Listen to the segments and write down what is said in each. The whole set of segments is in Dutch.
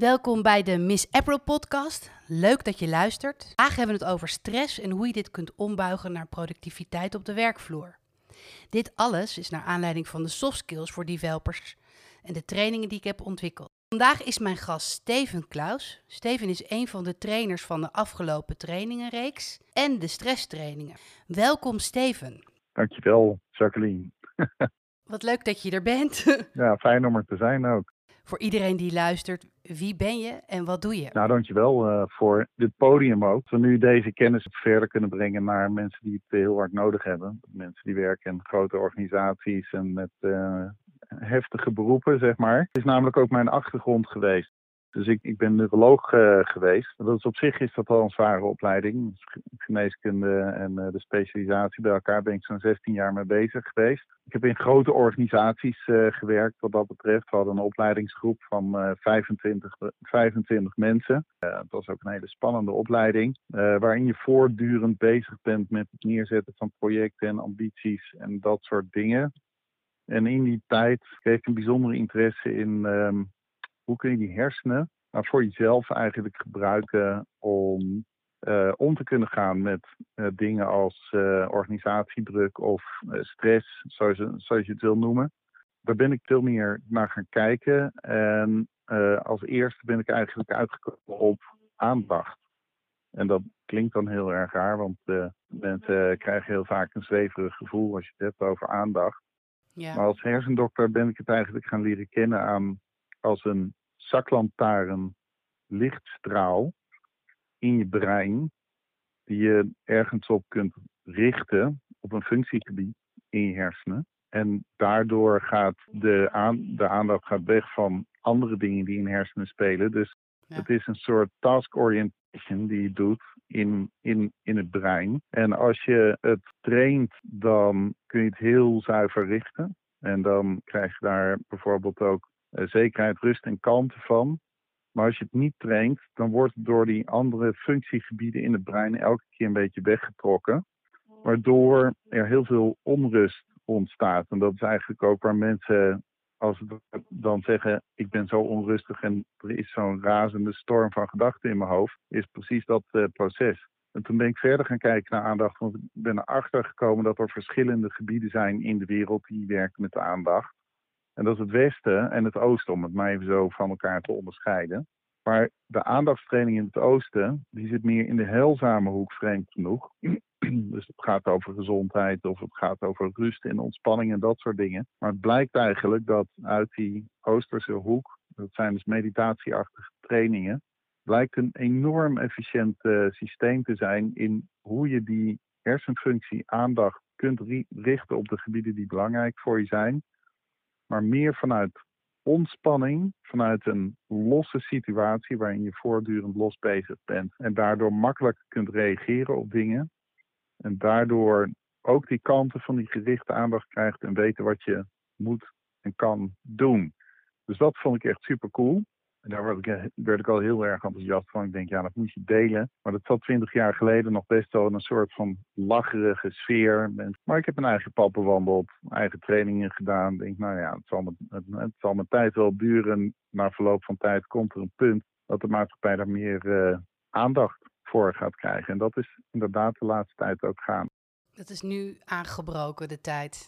Welkom bij de Miss April podcast. Leuk dat je luistert. Vandaag hebben we het over stress en hoe je dit kunt ombuigen naar productiviteit op de werkvloer. Dit alles is naar aanleiding van de soft skills voor developers en de trainingen die ik heb ontwikkeld. Vandaag is mijn gast Steven Klaus. Steven is een van de trainers van de afgelopen trainingenreeks en de stresstrainingen. Welkom Steven. Dankjewel, Jacqueline. Wat leuk dat je er bent. Ja, fijn om er te zijn ook. Voor iedereen die luistert, wie ben je en wat doe je? Nou, dankjewel voor dit podium ook. Dat we nu deze kennis verder kunnen brengen naar mensen die het heel hard nodig hebben. Mensen die werken in grote organisaties en met heftige beroepen, zeg maar. Het is namelijk ook mijn achtergrond geweest. Dus ik ben neuroloog geweest. Dat is op zich is dat al een zware opleiding. Geneeskunde en de specialisatie bij elkaar ben ik zo'n 16 jaar mee bezig geweest. Ik heb in grote organisaties gewerkt wat dat betreft. We hadden een opleidingsgroep van 25 mensen. Het was ook een hele spannende opleiding. Waarin je voortdurend bezig bent met het neerzetten van projecten en ambities en dat soort dingen. En in die tijd kreeg ik een bijzondere interesse in hoe kun je die hersenen voor jezelf eigenlijk gebruiken om om te kunnen gaan met dingen als organisatiedruk of stress, zoals je het wil noemen. Daar ben ik veel meer naar gaan kijken. En als eerste ben ik eigenlijk uitgekomen op aandacht. En dat klinkt dan heel erg raar, want mensen krijgen heel vaak een zweverig gevoel als je het hebt over aandacht. Ja. Maar als hersendokter ben ik het eigenlijk gaan leren kennen als een zaklantaarn lichtstraal in je brein die je ergens op kunt richten op een functiegebied in je hersenen. En daardoor gaat de aandacht gaat weg van andere dingen die in hersenen spelen. Dus Het is een soort task orientation die je doet in het brein. En als je het traint, dan kun je het heel zuiver richten. En dan krijg je daar bijvoorbeeld ook zekerheid, rust en kalmte van. Maar als je het niet traint, dan wordt het door die andere functiegebieden in het brein elke keer een beetje weggetrokken. Waardoor er heel veel onrust ontstaat. En dat is eigenlijk ook waar mensen, als ze dan zeggen, ik ben zo onrustig en er is zo'n razende storm van gedachten in mijn hoofd, is precies dat proces. En toen ben ik verder gaan kijken naar aandacht, want ik ben erachter gekomen dat er verschillende gebieden zijn in de wereld die werken met de aandacht. En dat is het Westen en het Oosten, om het maar even zo van elkaar te onderscheiden. Maar de aandachtstraining in het Oosten, die zit meer in de heilzame hoek, vreemd genoeg. Dus het gaat over gezondheid of het gaat over rust en ontspanning en dat soort dingen. Maar het blijkt eigenlijk dat uit die Oosterse hoek, dat zijn dus meditatieachtige trainingen, blijkt een enorm efficiënt systeem te zijn in hoe je die hersenfunctie aandacht kunt richten op de gebieden die belangrijk voor je zijn. Maar meer vanuit ontspanning, vanuit een losse situatie waarin je voortdurend los bezig bent. En daardoor makkelijk kunt reageren op dingen. En daardoor ook die kanten van die gerichte aandacht krijgt en weten wat je moet en kan doen. Dus dat vond ik echt super cool. En daar werd ik al heel erg enthousiast van. Ik denk, ja, dat moet je delen. Maar dat zat 20 jaar geleden nog best wel in een soort van lacherige sfeer. Maar ik heb mijn eigen pad bewandeld, eigen trainingen gedaan. Ik denk, nou ja, het zal mijn tijd wel duren. Na verloop van tijd komt er een punt dat de maatschappij daar meer aandacht voor gaat krijgen. En dat is inderdaad de laatste tijd ook gaan. Dat is nu aangebroken, de tijd.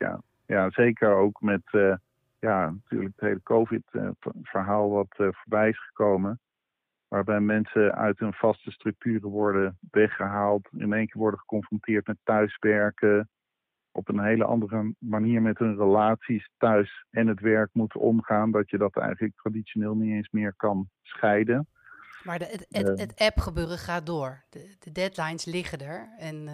Ja, zeker ook met natuurlijk het hele COVID-verhaal wat voorbij is gekomen. Waarbij mensen uit hun vaste structuren worden weggehaald. In één keer worden geconfronteerd met thuiswerken. Op een hele andere manier met hun relaties thuis en het werk moeten omgaan. Dat je dat eigenlijk traditioneel niet eens meer kan scheiden. Maar het app-gebeuren gaat door. De deadlines liggen er.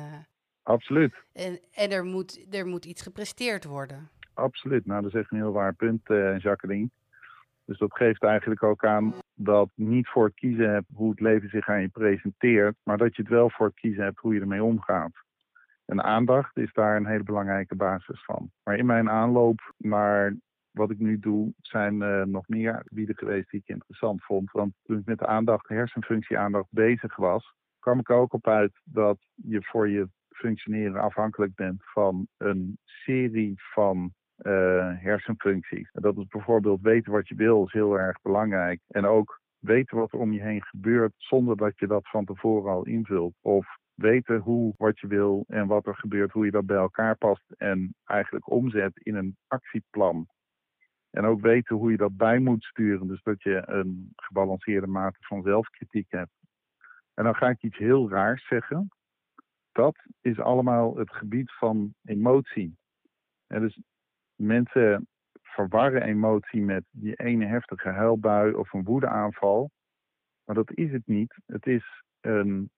Absoluut. En er moet iets gepresteerd worden. Absoluut. Nou, dat is echt een heel waar punt, Jacqueline. Dus dat geeft eigenlijk ook aan dat je niet voor het kiezen hebt hoe het leven zich aan je presenteert, maar dat je het wel voor het kiezen hebt hoe je ermee omgaat. En aandacht is daar een hele belangrijke basis van. Maar in mijn aanloop naar wat ik nu doe, zijn nog meer gebieden geweest die ik interessant vond. Want toen ik met de hersenfunctie-aandacht bezig was, kwam ik ook op uit dat je voor je functioneren afhankelijk bent van een serie van hersenfuncties. En dat is bijvoorbeeld weten wat je wil, is heel erg belangrijk. En ook weten wat er om je heen gebeurt zonder dat je dat van tevoren al invult. Of weten wat je wil en wat er gebeurt, hoe je dat bij elkaar past en eigenlijk omzet in een actieplan. En ook weten hoe je dat bij moet sturen, dus dat je een gebalanceerde mate van zelfkritiek hebt. En dan ga ik iets heel raars zeggen. Dat is allemaal het gebied van emotie. En dus mensen verwarren emotie met die ene heftige huilbui of een woedeaanval. Maar dat is het niet. Het is een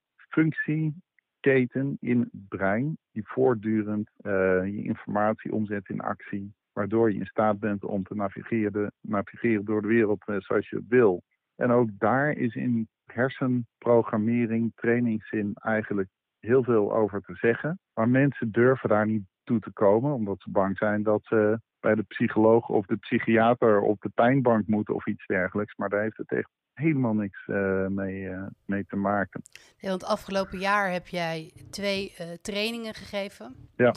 functieketen in het brein die voortdurend je informatie omzet in actie. Waardoor je in staat bent om te navigeren door de wereld zoals je het wil. En ook daar is in hersenprogrammering, trainingszin eigenlijk heel veel over te zeggen. Maar mensen durven daar niet toe te komen, omdat ze bang zijn dat ze bij de psycholoog of de psychiater op de pijnbank moeten of iets dergelijks. Maar daar heeft het echt helemaal niks mee te maken. Ja, want afgelopen jaar heb jij 2 trainingen gegeven. Ja.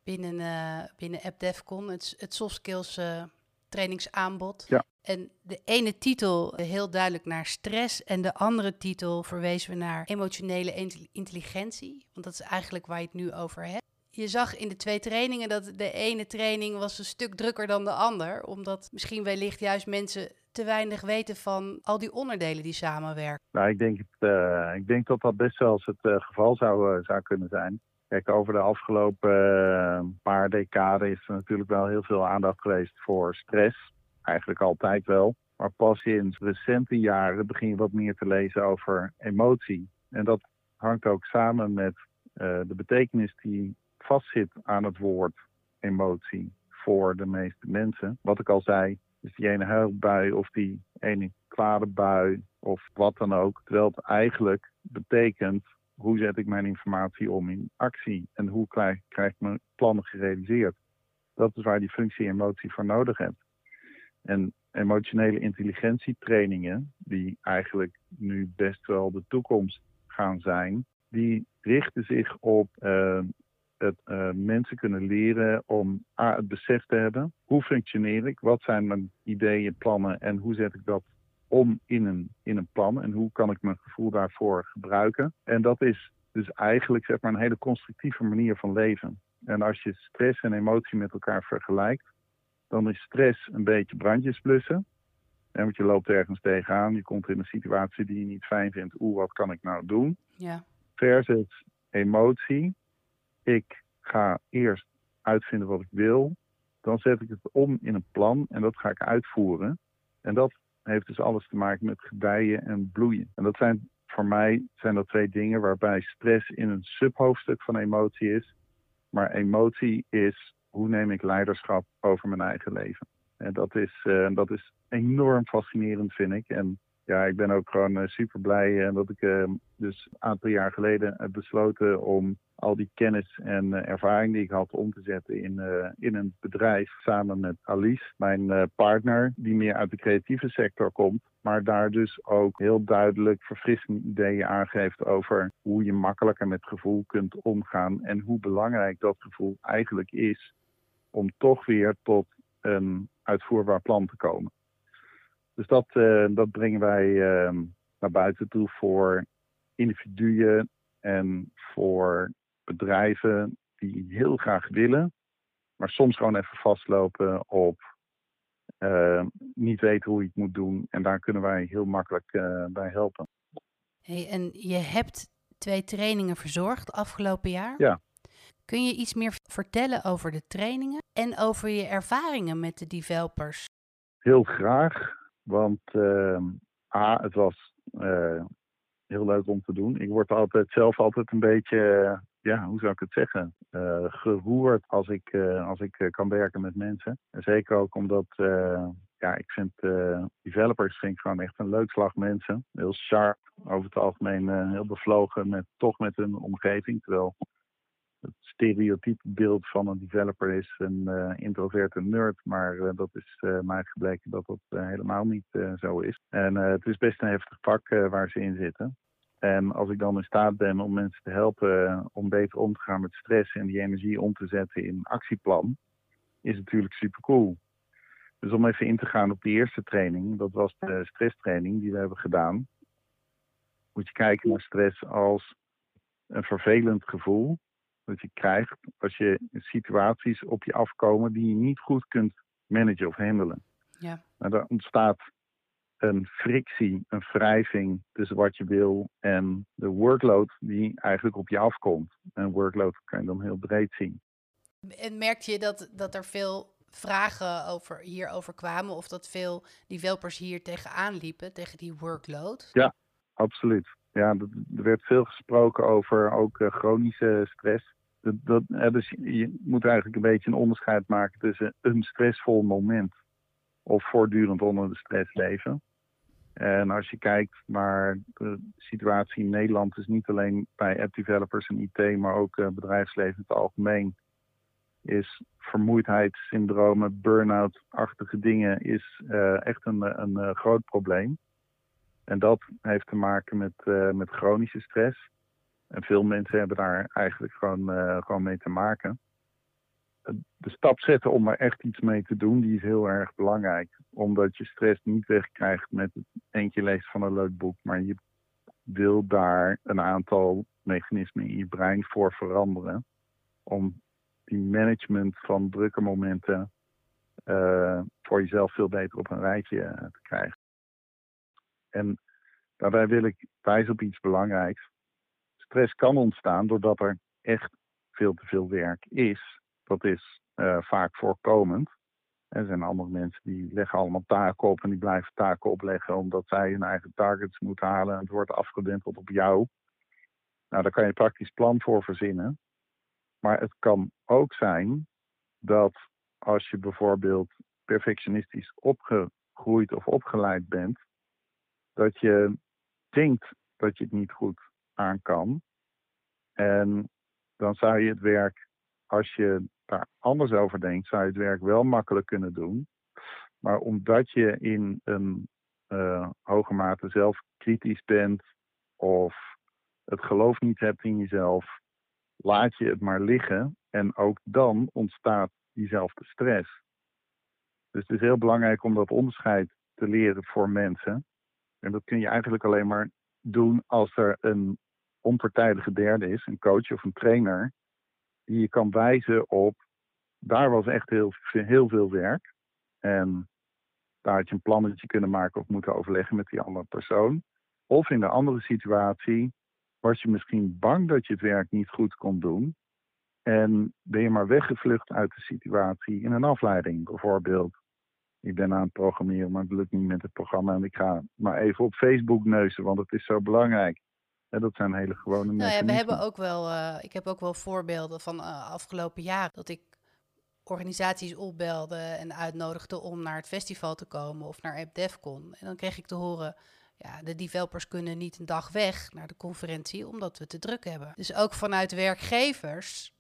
Binnen AppDevCon, het soft skills trainingsaanbod. Ja. En de ene titel heel duidelijk naar stress en de andere titel verwezen we naar emotionele intelligentie. Want dat is eigenlijk waar je het nu over hebt. Je zag in de 2 trainingen dat de ene training was een stuk drukker dan de ander. Omdat misschien wellicht juist mensen te weinig weten van al die onderdelen die samenwerken. Nou, ik denk dat dat best wel eens het geval zou kunnen zijn. Kijk, over de afgelopen paar decaden is er natuurlijk wel heel veel aandacht geweest voor stress. Eigenlijk altijd wel. Maar pas in recente jaren begin je wat meer te lezen over emotie. En dat hangt ook samen met de betekenis die vastzit aan het woord emotie voor de meeste mensen. Wat ik al zei, is die ene huilbui of die ene kwade bui of wat dan ook. Terwijl het eigenlijk betekent, hoe zet ik mijn informatie om in actie? En hoe krijg ik mijn plannen gerealiseerd? Dat is waar die functie emotie voor nodig hebt. En emotionele intelligentietrainingen, die eigenlijk nu best wel de toekomst gaan zijn, die richten zich op mensen kunnen leren om het besef te hebben. Hoe functioneer ik? Wat zijn mijn ideeën, plannen en hoe zet ik dat om in een plan? En hoe kan ik mijn gevoel daarvoor gebruiken? En dat is dus eigenlijk zeg maar een hele constructieve manier van leven. En als je stress en emotie met elkaar vergelijkt, dan is stress een beetje brandjes blussen. Want je loopt ergens tegenaan, je komt in een situatie die je niet fijn vindt. Wat kan ik nou doen? Ja. Versus emotie. Ik ga eerst uitvinden wat ik wil. Dan zet ik het om in een plan en dat ga ik uitvoeren. En dat heeft dus alles te maken met gedijen en bloeien. En dat zijn voor mij 2 dingen waarbij stress in een subhoofdstuk van emotie is. Maar emotie is, hoe neem ik leiderschap over mijn eigen leven? En dat is enorm fascinerend, vind ik. En ja, ik ben ook gewoon super blij dat ik dus een aantal jaar geleden heb besloten om al die kennis en ervaring die ik had om te zetten in een bedrijf samen met Alice, mijn partner, die meer uit de creatieve sector komt. Maar daar dus ook heel duidelijk verfrissende ideeën aangeeft over hoe je makkelijker met gevoel kunt omgaan en hoe belangrijk dat gevoel eigenlijk is om toch weer tot een uitvoerbaar plan te komen. Dus dat brengen wij naar buiten toe voor individuen en voor bedrijven die heel graag willen, maar soms gewoon even vastlopen op niet weten hoe je het moet doen. En daar kunnen wij heel makkelijk bij helpen. Hey, en je hebt 2 trainingen verzorgd afgelopen jaar. Ja. Kun je iets meer vertellen over de trainingen en over je ervaringen met de developers? Heel graag, want het was heel leuk om te doen. Ik word zelf altijd een beetje, hoe zou ik het zeggen, geroerd als ik kan werken met mensen. En zeker ook omdat, ik vind developers gewoon echt een leuk slag mensen. Heel sharp, over het algemeen heel bevlogen met hun omgeving. Terwijl het stereotype beeld van een developer is een introverte nerd, maar dat is mij gebleken dat dat helemaal niet zo is. En het is best een heftig vak waar ze in zitten. En als ik dan in staat ben om mensen te helpen om beter om te gaan met stress en die energie om te zetten in een actieplan, is het natuurlijk super cool. Dus om even in te gaan op de eerste training, dat was de stresstraining die we hebben gedaan. Moet je kijken naar stress als een vervelend gevoel dat je krijgt als je situaties op je afkomen die je niet goed kunt managen of handelen. Ja. Nou, er ontstaat een frictie, een wrijving tussen wat je wil en de workload die eigenlijk op je afkomt. En workload kan je dan heel breed zien. En merkte je dat er veel vragen hierover kwamen of dat veel developers hier tegenaan liepen, tegen die workload? Ja, absoluut. Ja, er werd veel gesproken over ook chronische stress. Dus je moet eigenlijk een beetje een onderscheid maken tussen een stressvol moment of voortdurend onder de stress leven. En als je kijkt naar de situatie in Nederland, is niet alleen bij app-developers en IT, maar ook bedrijfsleven in het algemeen, is vermoeidheidssyndromen, burn-out-achtige dingen, is echt een groot probleem. En dat heeft te maken met chronische stress. En veel mensen hebben daar eigenlijk gewoon mee te maken. De stap zetten om er echt iets mee te doen, die is heel erg belangrijk. Omdat je stress niet wegkrijgt met het eentje lezen van een leuk boek. Maar je wil daar een aantal mechanismen in je brein voor veranderen. Om die management van drukke momenten voor jezelf veel beter op een rijtje te krijgen. En daarbij wil ik wijzen op iets belangrijks. Stress kan ontstaan doordat er echt veel te veel werk is. Dat is vaak voorkomend. Er zijn andere mensen die leggen allemaal taken op en die blijven taken opleggen omdat zij hun eigen targets moeten halen en het wordt afgewenteld op jou. Nou, daar kan je een praktisch plan voor verzinnen. Maar het kan ook zijn dat als je bijvoorbeeld perfectionistisch opgegroeid of opgeleid bent, dat je denkt dat je het niet goed aan kan. En dan zou je het werk, als je daar anders over denkt, zou je het werk wel makkelijk kunnen doen. Maar omdat je in een hoge mate zelf kritisch bent of het geloof niet hebt in jezelf, laat je het maar liggen. En ook dan ontstaat diezelfde stress. Dus het is heel belangrijk om dat onderscheid te leren voor mensen. En dat kun je eigenlijk alleen maar doen als er een onpartijdige derde is, een coach of een trainer, die je kan wijzen op, daar was echt heel veel werk. En daar had je een plannetje kunnen maken of moeten overleggen met die andere persoon. Of in de andere situatie was je misschien bang dat je het werk niet goed kon doen. En ben je maar weggevlucht uit de situatie in een afleiding. Bijvoorbeeld, ik ben aan het programmeren, maar het lukt niet met het programma. En ik ga maar even op Facebook neuzen, want het is zo belangrijk. En dat zijn hele gewone mechanismen. We hebben ook wel, ik heb ook wel voorbeelden van afgelopen jaren dat ik organisaties opbelde en uitnodigde om naar het festival te komen of naar AppDevCon. En dan kreeg ik te horen, ja, de developers kunnen niet een dag weg naar de conferentie omdat we te druk hebben. Dus ook vanuit werkgevers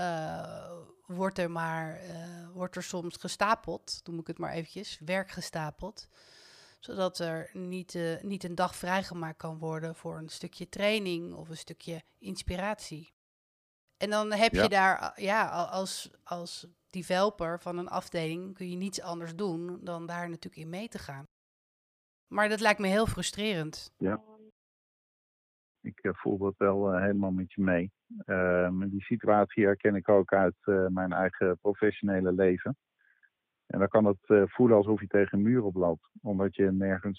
wordt er soms gestapeld, noem ik het maar eventjes, werk gestapeld, zodat er niet een dag vrijgemaakt kan worden voor een stukje training of een stukje inspiratie. En dan heb je daar, als developer van een afdeling kun je niets anders doen dan daar natuurlijk in mee te gaan. Maar dat lijkt me heel frustrerend. Ja. Ik voel dat wel helemaal met je mee. Die situatie herken ik ook uit mijn eigen professionele leven. En dan kan het voelen alsof je tegen een muur oploopt. Omdat je nergens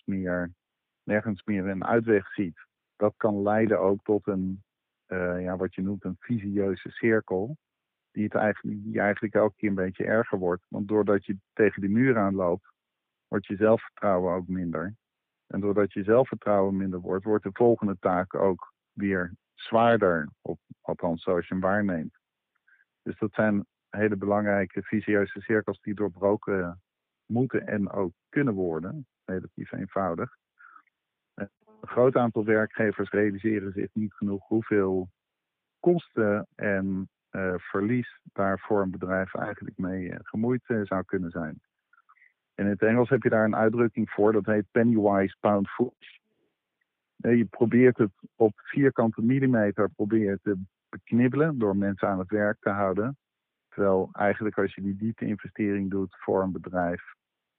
meer een uitweg ziet. Dat kan leiden ook tot een, wat je noemt een visieuze cirkel. Die eigenlijk elke keer een beetje erger wordt. Want doordat je tegen die muur aanloopt, wordt je zelfvertrouwen ook minder. En doordat je zelfvertrouwen minder wordt, wordt de volgende taak ook weer zwaarder. Althans, zoals je hem waarneemt. Dus dat zijn hele belangrijke visieuze cirkels die doorbroken moeten en ook kunnen worden. Relatief eenvoudig. Een groot aantal werkgevers realiseren zich niet genoeg hoeveel kosten en verlies daar voor een bedrijf eigenlijk mee gemoeid zou kunnen zijn. En in het Engels heb je daar een uitdrukking voor, dat heet pennywise pound foolish. Je probeert het op vierkante millimeter te beknibbelen door mensen aan het werk te houden. Terwijl eigenlijk als je die diepte investering doet voor een bedrijf,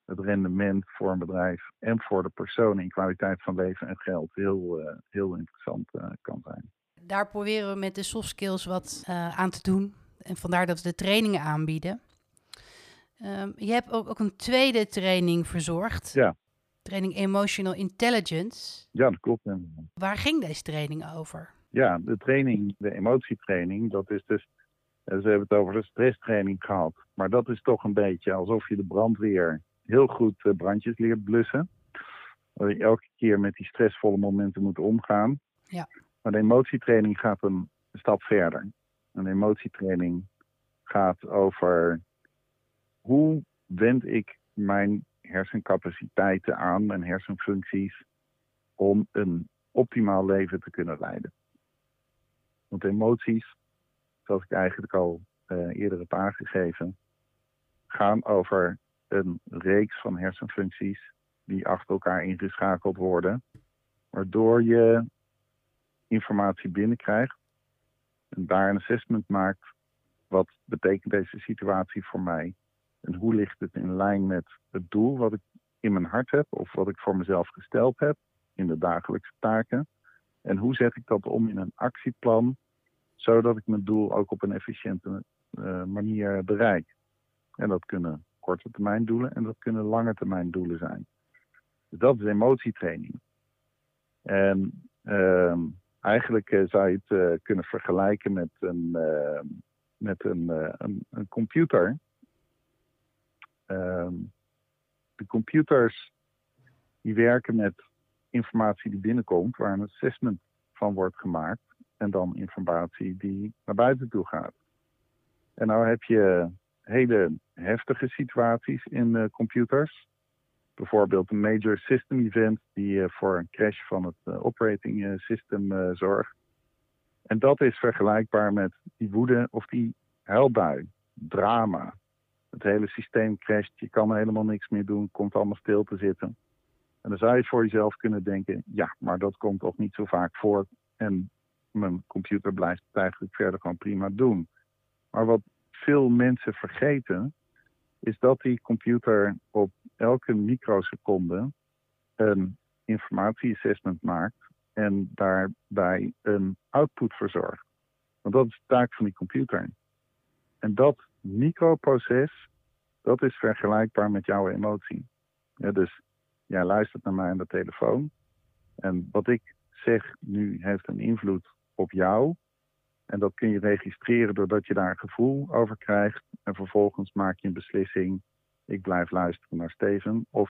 het rendement voor een bedrijf en voor de persoon in kwaliteit van leven en geld heel interessant kan zijn. Daar proberen we met de soft skills wat aan te doen. En vandaar dat we de trainingen aanbieden. Je hebt ook een tweede training verzorgd. Ja. Training Emotional Intelligence. Ja, dat klopt. Waar ging deze training over? Ja, de emotietraining, dat is dus... Ze hebben het over de stresstraining gehad. Maar dat is toch een beetje alsof je de brandweer heel goed brandjes leert blussen. Dat je elke keer met die stressvolle momenten moet omgaan. Ja. Maar de emotietraining gaat een stap verder. Een emotietraining gaat over hoe wend ik mijn hersencapaciteiten aan, mijn hersenfuncties, om een optimaal leven te kunnen leiden. Want emoties, zoals ik eigenlijk al eerder heb aangegeven, gaan over een reeks van hersenfuncties die achter elkaar ingeschakeld worden, waardoor je informatie binnenkrijgt en daar een assessment maakt. Wat betekent deze situatie voor mij? En hoe ligt het in lijn met het doel wat ik in mijn hart heb of wat ik voor mezelf gesteld heb in de dagelijkse taken? En hoe zet ik dat om in een actieplan, zodat ik mijn doel ook op een efficiënte manier bereik? En dat kunnen korte termijn doelen en dat kunnen lange termijn doelen zijn. Dus dat is emotietraining. En eigenlijk zou je het kunnen vergelijken met een computer. De computers die werken met informatie die binnenkomt, waar een assessment van wordt gemaakt. En dan informatie die naar buiten toe gaat. En nou heb je hele heftige situaties in computers. Bijvoorbeeld een major system event die voor een crash van het operating system zorgt. En dat is vergelijkbaar met die woede of die huilbui, drama. Het hele systeem crasht, je kan helemaal niks meer doen, komt allemaal stil te zitten. En dan zou je voor jezelf kunnen denken, ja, maar dat komt toch niet zo vaak voor. En mijn computer blijft het eigenlijk verder gewoon prima doen. Maar wat veel mensen vergeten, is dat die computer op elke microseconde een informatieassessment maakt en daarbij een output verzorgt. Want dat is de taak van die computer. En dat microproces, dat is vergelijkbaar met jouw emotie. Ja, dus jij luistert naar mij aan de telefoon. En wat ik zeg nu heeft een invloed op jou. En dat kun je registreren doordat je daar een gevoel over krijgt. En vervolgens maak je een beslissing. Ik blijf luisteren naar Steven. Of